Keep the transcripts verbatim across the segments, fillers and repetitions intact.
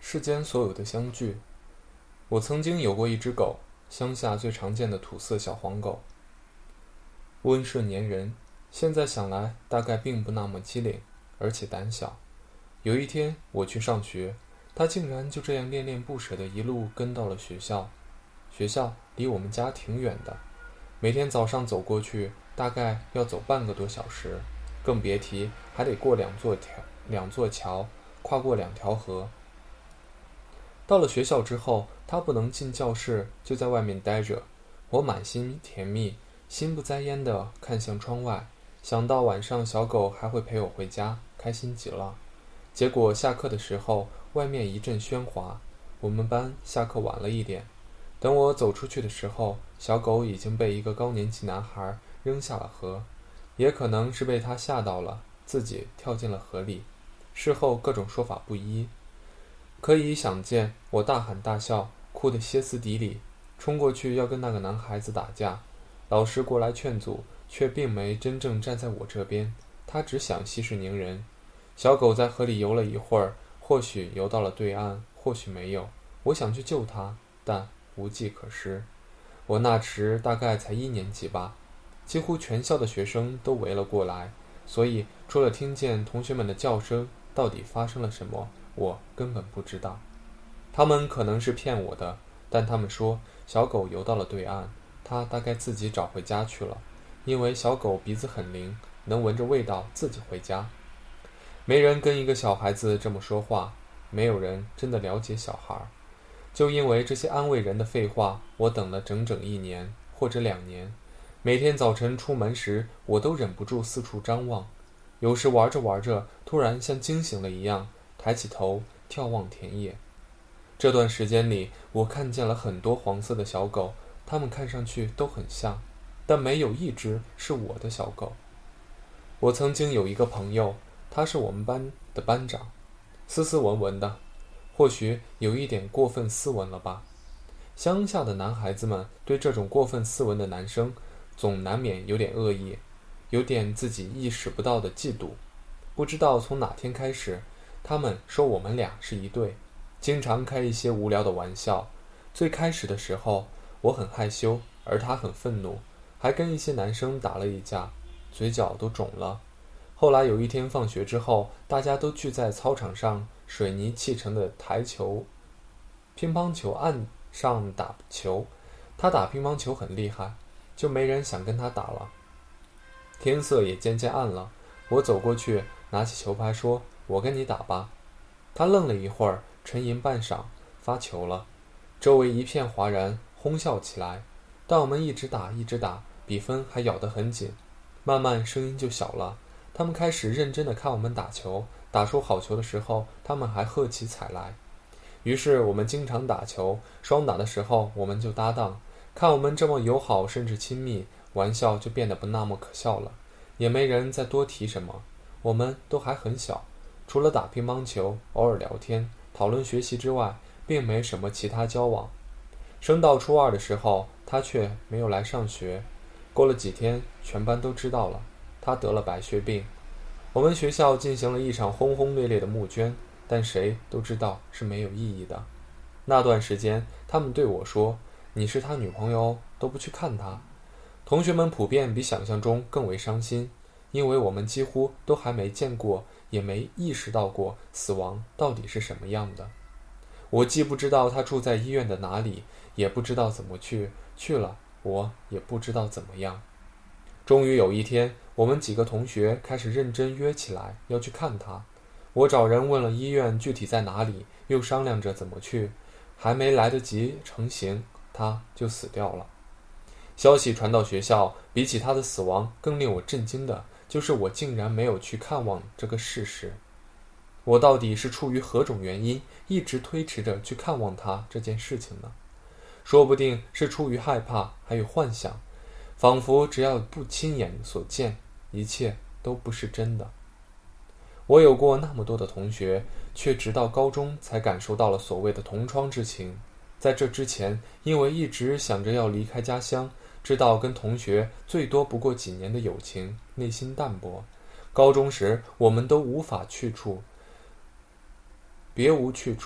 世间所有的相聚。我曾经有过一只狗，乡下最常见的土色小黄狗，温顺粘人，现在想来大概并不那么机灵，而且胆小。有一天我去上学，它竟然就这样恋恋不舍地一路跟到了学校。学校离我们家挺远的，每天早上走过去大概要走半个多小时，更别提还得过两座条两座桥，跨过两条河。到了学校之后，他不能进教室，就在外面待着。我满心甜蜜，心不在焉地看向窗外，想到晚上小狗还会陪我回家，开心极了。结果下课的时候，外面一阵喧哗，我们班下课晚了一点。等我走出去的时候，小狗已经被一个高年级男孩扔下了河，也可能是被他吓到了，自己跳进了河里。事后各种说法不一，可以想见我大喊大笑，哭得歇斯底里，冲过去要跟那个男孩子打架。老师过来劝阻，却并没真正站在我这边，他只想息事宁人。小狗在河里游了一会儿，或许游到了对岸，或许没有。我想去救它，但无计可施。我那时大概才一年级吧，几乎全校的学生都围了过来，所以除了听见同学们的叫声，到底发生了什么，我根本不知道。他们可能是骗我的，但他们说小狗游到了对岸，它大概自己找回家去了，因为小狗鼻子很灵，能闻着味道自己回家。没人跟一个小孩子这么说话，没有人真的了解小孩。就因为这些安慰人的废话，我等了整整一年或者两年。每天早晨出门时，我都忍不住四处张望，有时玩着玩着，突然像惊醒了一样，抬起头眺望田野。这段时间里，我看见了很多黄色的小狗，它们看上去都很像，但没有一只是我的小狗。我曾经有一个朋友，他是我们班的班长，斯斯文文的，或许有一点过分斯文了吧。乡下的男孩子们对这种过分斯文的男生，总难免有点恶意，有点自己意识不到的嫉妒。不知道从哪天开始，他们说我们俩是一对，经常开一些无聊的玩笑。最开始的时候，我很害羞，而他很愤怒，还跟一些男生打了一架，嘴角都肿了。后来有一天放学之后，大家都聚在操场上水泥砌成的台球乒乓球岸上打球，他打乒乓球很厉害，就没人想跟他打了。天色也渐渐暗了，我走过去拿起球拍说，我跟你打吧。他愣了一会儿，沉吟半晌，发球了。周围一片哗然，哄笑起来。但我们一直打一直打，比分还咬得很紧，慢慢声音就小了。他们开始认真地看我们打球，打出好球的时候，他们还喝起彩来。于是我们经常打球，双打的时候我们就搭档。看我们这么友好甚至亲密，玩笑就变得不那么可笑了，也没人再多提什么。我们都还很小，除了打乒乓球，偶尔聊天讨论学习之外，并没什么其他交往。升到初二的时候，他却没有来上学。过了几天，全班都知道了，他得了白血病。我们学校进行了一场轰轰烈烈的募捐，但谁都知道是没有意义的。那段时间，他们对我说，你是他女朋友，都不去看他。同学们普遍比想象中更为伤心，因为我们几乎都还没见过，也没意识到过死亡到底是什么样的。我既不知道他住在医院的哪里，也不知道怎么去，去了我也不知道怎么样。终于有一天，我们几个同学开始认真约起来要去看他。我找人问了医院具体在哪里，又商量着怎么去，还没来得及成行，他就死掉了。消息传到学校，比起他的死亡更令我震惊的就是我竟然没有去看望这个事实。我到底是出于何种原因一直推迟着去看望他这件事情呢？说不定是出于害怕，还有幻想，仿佛只要不亲眼所见，一切都不是真的。我有过那么多的同学，却直到高中才感受到了所谓的同窗之情。在这之前，因为一直想着要离开家乡，知道跟同学最多不过几年的友情，内心淡薄。高中时我们都无法去处，别无去处，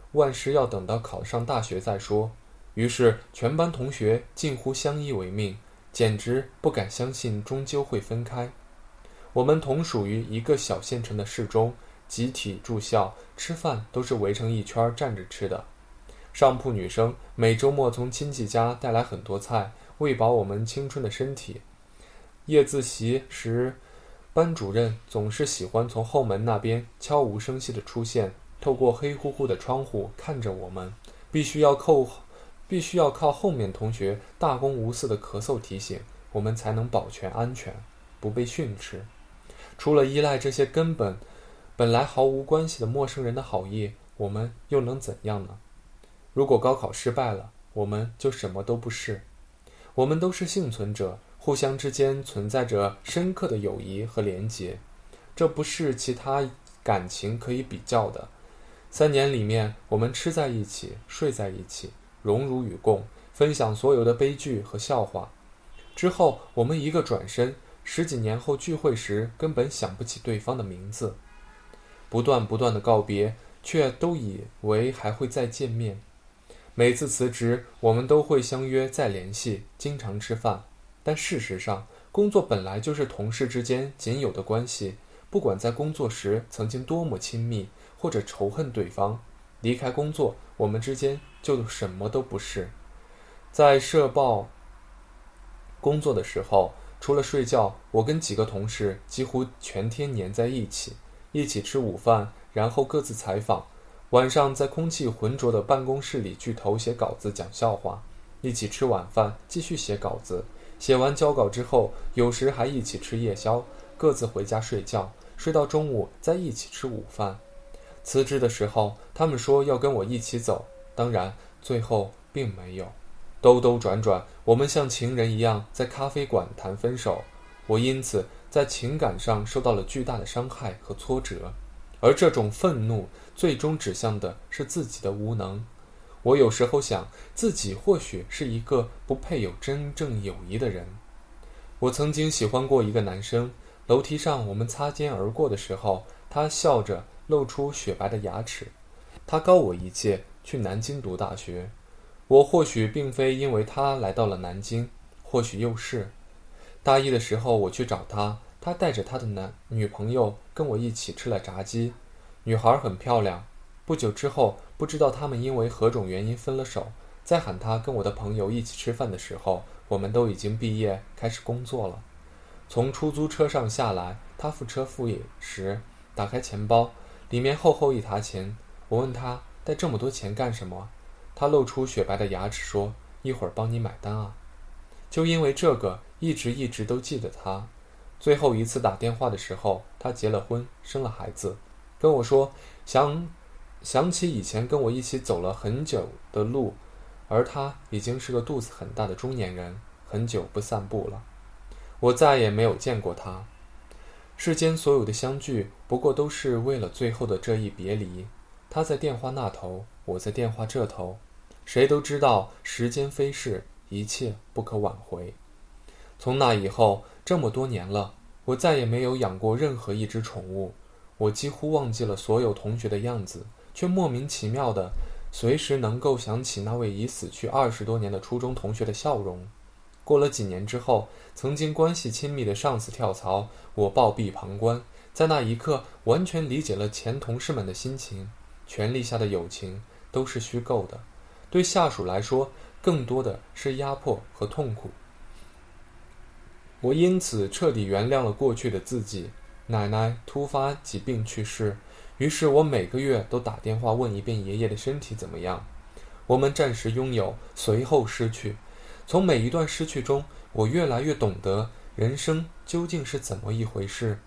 万事要等到考上大学再说。于是全班同学近乎相依为命，简直不敢相信终究会分开。我们同属于一个小县城的市中，集体住校，吃饭都是围成一圈站着吃的。上铺女生每周末从亲戚家带来很多菜，喂饱我们青春的身体。夜自习时，班主任总是喜欢从后门那边悄无声息地出现，透过黑乎乎的窗户看着我们，必须要扣必须要靠后面同学大公无私的咳嗽提醒，我们才能保全安全，不被训斥。除了依赖这些根本本来毫无关系的陌生人的好意，我们又能怎样呢？如果高考失败了，我们就什么都不是。我们都是幸存者，互相之间存在着深刻的友谊和连结，这不是其他感情可以比较的。三年里面，我们吃在一起，睡在一起，荣辱与共，分享所有的悲剧和笑话。之后我们一个转身，十几年后聚会时根本想不起对方的名字，不断不断的告别，却都以为还会再见面。每次辞职，我们都会相约再联系，经常吃饭。但事实上，工作本来就是同事之间仅有的关系，不管在工作时曾经多么亲密，或者仇恨对方，离开工作，我们之间就什么都不是。在社报工作的时候，除了睡觉，我跟几个同事几乎全天黏在一起，一起吃午饭，然后各自采访。晚上在空气浑浊的办公室里聚头写稿子讲笑话，一起吃晚饭，继续写稿子。写完交稿之后，有时还一起吃夜宵，各自回家睡觉，睡到中午再一起吃午饭。辞职的时候，他们说要跟我一起走，当然最后并没有。兜兜转转，我们像情人一样在咖啡馆谈分手，我因此在情感上受到了巨大的伤害和挫折，而这种愤怒最终指向的是自己的无能。我有时候想，自己或许是一个不配有真正友谊的人。我曾经喜欢过一个男生，楼梯上我们擦肩而过的时候，他笑着露出雪白的牙齿。他高我一届，去南京读大学。我或许并非因为他来到了南京，或许又是。大一的时候我去找他，他带着他的男女朋友跟我一起吃了炸鸡。女孩很漂亮。不久之后，不知道他们因为何种原因分了手。在喊他跟我的朋友一起吃饭的时候，我们都已经毕业，开始工作了。从出租车上下来，他付车付饮时，打开钱包，里面厚厚一沓钱。我问他带这么多钱干什么？他露出雪白的牙齿说：“一会儿帮你买单啊。”就因为这个，一直一直都记得他。最后一次打电话的时候，他结了婚，生了孩子，跟我说想想起以前跟我一起走了很久的路，而他已经是个肚子很大的中年人，很久不散步了。我再也没有见过他。世间所有的相聚，不过都是为了最后的这一别离。他在电话那头，我在电话这头。谁都知道时间飞逝，一切不可挽回。从那以后，这么多年了，我再也没有养过任何一只宠物。我几乎忘记了所有同学的样子，却莫名其妙的随时能够想起那位已死去二十多年的初中同学的笑容。过了几年之后，曾经关系亲密的上司跳槽，我抱臂旁观，在那一刻完全理解了前同事们的心情。权力下的友情都是虚构的，对下属来说，更多的是压迫和痛苦。我因此彻底原谅了过去的自己。奶奶突发疾病去世，于是我每个月都打电话问一遍爷爷的身体怎么样。我们暂时拥有，随后失去。从每一段失去中，我越来越懂得人生究竟是怎么一回事。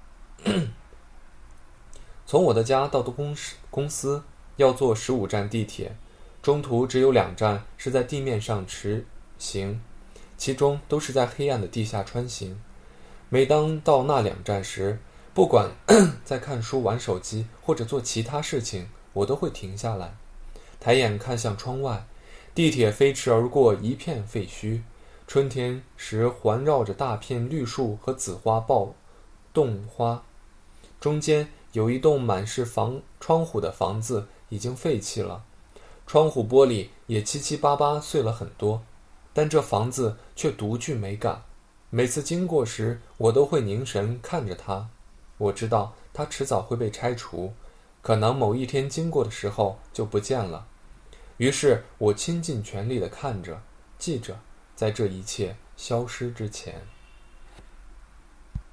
从我的家到的公司公司要坐十五站地铁，中途只有两站是在地面上驰行，其中都是在黑暗的地下穿行。每当到那两站时，不管在看书、玩手机或者做其他事情，我都会停下来，抬眼看向窗外。地铁飞驰而过，一片废墟。春天时环绕着大片绿树和紫花爆洞花，中间有一栋满是房窗户的房子，已经废弃了。 窗户玻璃也七七八八碎了很多，但这房子却独具美感。每次经过时，我都会凝神看着它。我知道它迟早会被拆除，可能某一天经过的时候就不见了。于是我倾尽全力地看着，记着，在这一切消失之前。